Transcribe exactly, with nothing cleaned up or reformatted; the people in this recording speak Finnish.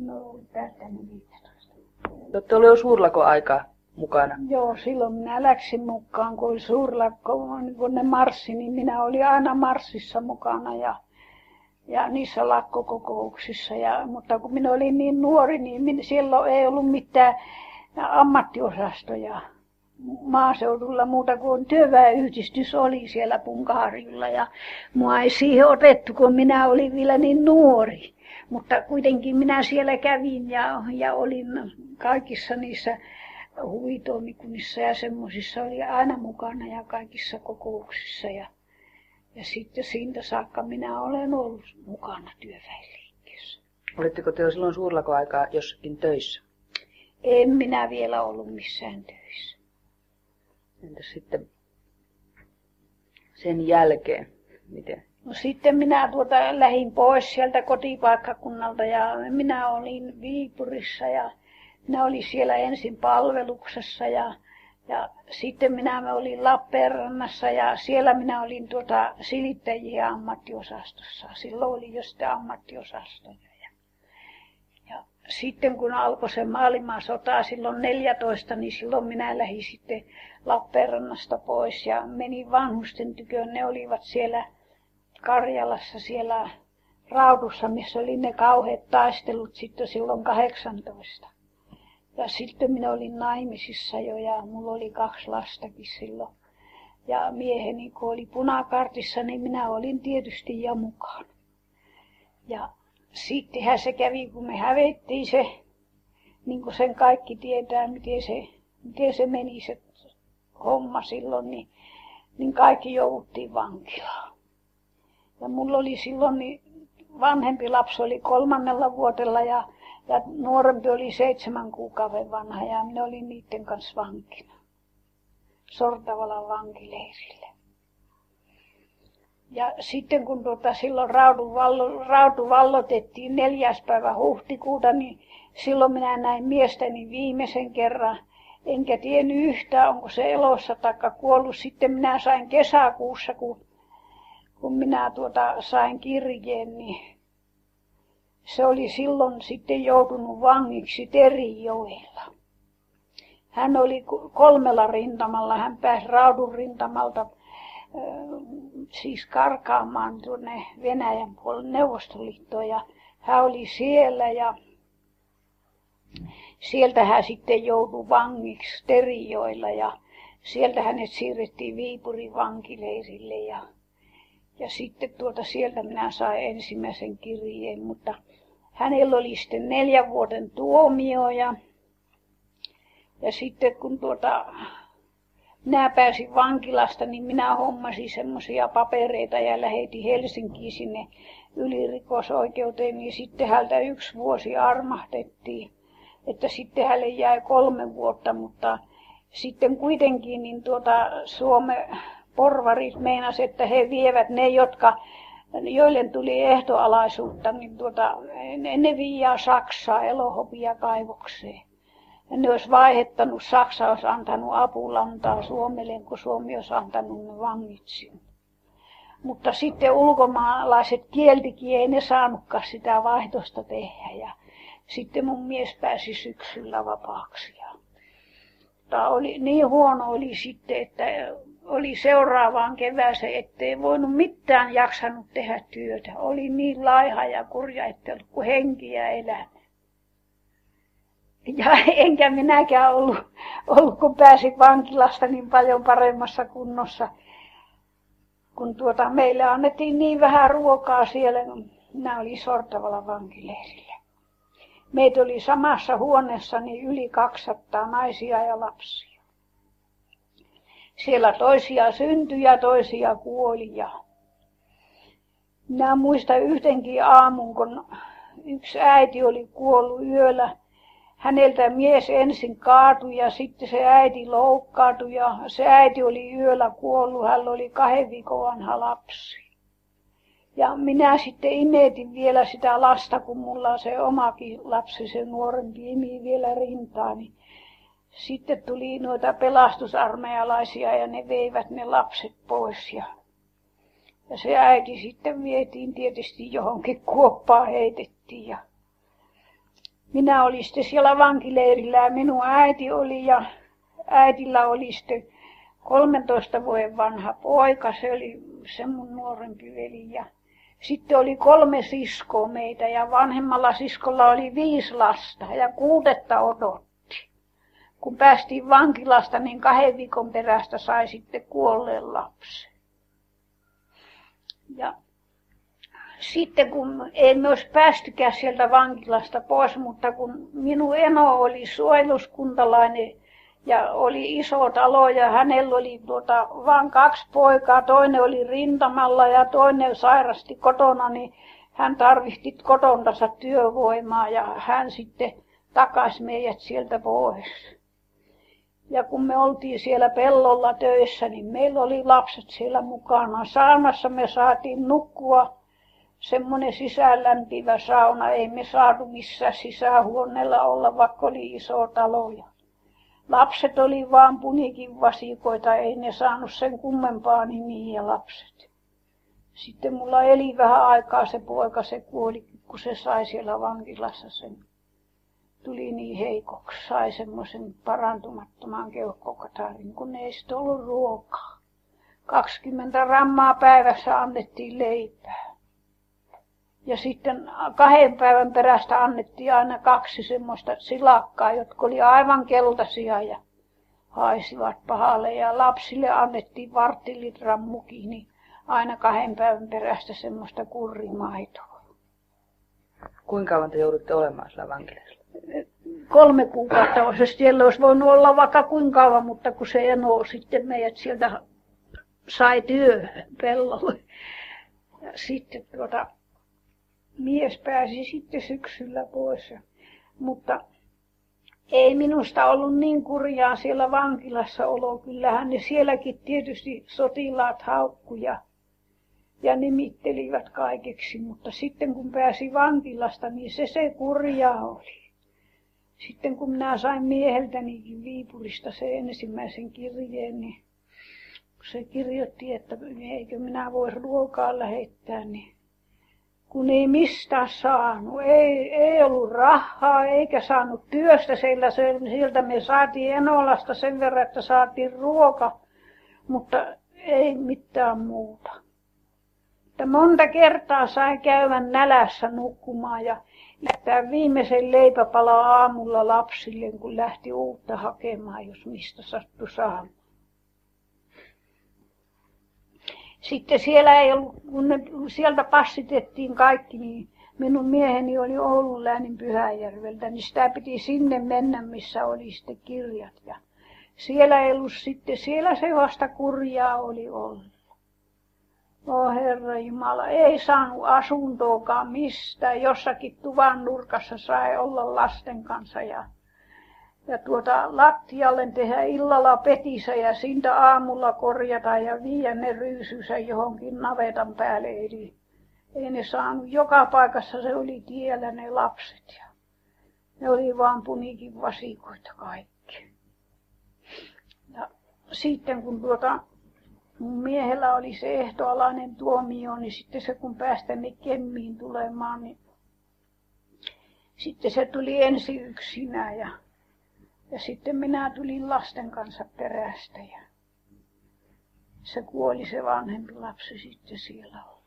No ollut täyttänyt viisitoista. Te olette olleet jo suurlakoaikaa mukana. Joo, silloin minä läksin mukaan, kun oli suurlakko, kun ne marssi, niin minä olin aina marssissa mukana ja, ja niissä lakkokokouksissa. Ja, mutta kun minä olin niin nuori, niin minä, silloin ei ollut mitään ammattiosastoja maaseudulla muuta kuin työväenyhdistys oli siellä Punkaharjulla ja mua ei siihen otettu, kun minä olin vielä niin nuori. Mutta kuitenkin minä siellä kävin ja, ja olin kaikissa niissä huvitoimikunnissa ja semmoisissa oli aina mukana ja kaikissa kokouksissa. Ja, ja sitten siitä saakka minä olen ollut mukana työväenliikkeessä. Olitteko te jo silloin suurlakoaikaa jossakin töissä? En minä vielä ollut missään töissä. Entäs sitten sen jälkeen, miten? No sitten minä tuota lähdin pois sieltä kotipaikkakunnalta ja minä olin Viipurissa ja minä olin siellä ensin palveluksessa ja, ja sitten minä olin Lappeenrannassa ja siellä minä olin tuota silittäjien ammattiosastossa. Silloin oli jo sitten ammattiosastoja. Ja, ja sitten kun alkoi se maailmansota silloin neljätoista, niin silloin minä lähdin sitten Lappeenrannasta pois ja menin vanhusten tyköön. Ne olivat siellä Karjalassa siellä Raudussa, missä oli ne kauheat taistelut sitten silloin kahdeksantoista. Ja sitten minä olin naimisissa jo ja mulla oli kaksi lastakin silloin. Ja mieheni kun oli punakartissa, niin minä olin tietysti ja mukana. Ja sittenhän se kävi, kun me hävettiin se, niin kuin sen kaikki tietää, miten se, miten se meni se homma silloin, niin, niin kaikki jouduttiin vankilaan. Ja mulla oli silloin, niin vanhempi lapsi oli kolmannella vuotella ja, ja nuorempi oli seitsemän kuukauden vanha ja minä olin niiden kanssa vankina. Sortavalan vankileirillä. Ja sitten kun tuota, silloin Raudun vallo, Raudu vallotettiin neljäs päivä huhtikuuta, niin silloin minä näin miestäni viimeisen kerran. Enkä tiennyt yhtään, onko se elossa tai kuollut. Sitten minä sain kesäkuussa, kun kun minä tuota sain kirjeen, niin se oli silloin sitten joutunut vangiksi Terijoella. Hän oli kolmella rintamalla, hän pääsi Raudun rintamalta siis karkaamaan tuonne Venäjän puolelle Neuvostoliittoon ja hän oli siellä ja sieltä hän sitten joutui vangiksi Terijoella ja sieltä hänet siirrettiin Viipurin vankileirille ja Ja sitten tuota sieltä minä sain ensimmäisen kirjeen, mutta hänellä oli sitten neljän vuoden tuomio ja, ja sitten kun tuota, minä pääsin vankilasta, niin minä hommasin semmoisia papereita ja lähetin Helsinkiin sinne ylirikosoikeuteen, niin sitten häneltä yksi vuosi armahtettiin, että sitten hänelle jäi kolme vuotta, mutta sitten kuitenkin niin tuota Suomen porvarit meinasi, että he vievät ne, jotka, joille tuli ehtoalaisuutta, niin tuota, ne, ne viiää Saksaa elohopia kaivokseen. Ja ne olisi vaihettanut, Saksa olisi antanut apulantaa Suomelle, kun Suomi olisi antanut ne vangit sinne. Mutta sitten ulkomaalaiset kieltikin, ei ne saanutkaan sitä vaihdosta tehdä. Ja sitten mun mies pääsi syksyllä vapaaksi. Tämä oli, niin huono oli sitten, että oli seuraavaan kevääseen, ettei voinut mitään jaksanut tehdä työtä. Oli niin laiha ja kurja, että ollut kuin henki ja elämä. Ja enkä minäkään ollut, ollut, kun pääsin vankilasta niin paljon paremmassa kunnossa. Kun tuota, meille annettiin niin vähän ruokaa siellä, kun minä olin Sortavalan vankileirillä. Meitä oli samassa huoneessa niin yli kaksisataa naisia ja lapsia. Siellä toisia syntyi ja toisia kuoli. Ja minä muistan yhdenkin aamun, kun yksi äiti oli kuollut yöllä. Häneltä mies ensin kaatui ja sitten se äiti loukkaantui ja se äiti oli yöllä kuollut. Hän oli kahden viikon vanha lapsi. Ja minä sitten imetin vielä sitä lasta, kun mulla se omakin lapsi, se nuorempi, imi vielä rintaani. Sitten tuli noita pelastusarmeijalaisia ja ne veivät ne lapset pois. Ja, ja se äiti sitten vietiin tietysti johonkin kuoppaan heitettiin. Ja, minä olin sitten siellä vankileirillä ja minun äiti oli ja äitillä oli sitten kolmentoista vuoden vanha poika, se oli se mun nuorempi veli ja sitten oli kolme siskoa meitä ja vanhemmalla siskolla oli viisi lasta ja kuudetta odotti. Kun päästiin vankilasta, niin kahden viikon perästä sai sitten kuolleen lapsen. Ja sitten kun ei me olisi päästykään sieltä vankilasta pois, mutta kun minun eno oli suojeluskuntalainen ja oli iso talo ja hänellä oli tuota, vain kaksi poikaa, toinen oli rintamalla ja toinen sairasti kotona, niin hän tarvitsi kotontansa työvoimaa ja hän sitten takasi meidät sieltä pois. Ja kun me oltiin siellä pellolla töissä, niin meillä oli lapset siellä mukana. Saunassa me saatiin nukkua, semmoinen sisäänlämpivä sauna, ei me saatu missään sisähuoneella olla, vaikka oli iso talo. Lapset oli vaan punikin vasikoita, ei ne saanut sen kummempaa nimiä lapset. Sitten mulla eli vähän aikaa se poika, se kuoli, kun se sai siellä vankilassa sen. Tuli niin heikoksi, sai semmoisen parantumattoman keuhkokatarin, kun ei sitten ollut ruokaa. kaksikymmentä rammaa päivässä annettiin leipää. Ja sitten kahden päivän perästä annettiin aina kaksi semmoista silakkaa, jotka oli aivan keltaisia ja haisivat pahalle. Ja lapsille annettiin varttilitran muki, niin aina kahden päivän perästä semmoista kurrimaitoa. Kuinka kauan te joudutte olemaan siellä vankilassa? Kolme kuukautta olisi. Siellä olisi voinut olla vaikka kuinka kauan, mutta kun se eno sitten meidät sieltä sai työhön pellolle. Ja sitten tuota... Mies pääsi sitten syksyllä pois, mutta ei minusta ollut niin kurjaa siellä vankilassa olo. Kyllähän ne sielläkin tietysti sotilaat haukkuja ja nimittelivät kaikeksi, mutta sitten kun pääsi vankilasta, niin se se kurjaa oli. Sitten kun minä sain mieheltänikin Viipurista se ensimmäisen kirjeen, niin se kirjoitti, että eikö minä voi ruokaa lähettää, niin kun ei mistään saanut, ei, ei ollut rahaa eikä saanut työstä, siellä, sieltä me saatiin Enolasta sen verran, että saatiin ruoka, mutta ei mitään muuta. Että monta kertaa sai käydä nälässä nukkumaan ja jättää viimeisen leipäpalan aamulla lapsille, kun lähti uutta hakemaan, jos mistä sattui saamaan. Sitten siellä ei ollut, kun ne sieltä passitettiin kaikki, niin minun mieheni oli Oulun läänin Pyhäjärveltä, niin sitä piti sinne mennä, missä oli sitten kirjat. Ja siellä ei ollut sitten, siellä se vasta kurjaa oli ollut. O Herra Jumala, ei saanut asuntoakaan mistään, jossakin tuvan nurkassa sai olla lasten kanssa ja Ja tuota lattialle tehdä illalla petissä ja siitä aamulla korjata ja viedä ne ryysynsä johonkin navetan päälle. Eli ei ne saanut, joka paikassa se oli tiellä ne lapset ja ne oli vaan punikin vasikoita kaikki. Ja sitten kun tuota mun miehellä oli se ehtoalainen tuomio, niin sitten se kun pääsi tänne Kemmiin tulemaan, niin sitten se tuli ensi yksinään ja Ja sitten minä tulin lasten kanssa perästä ja se kuoli se vanhempi lapsi sitten siellä.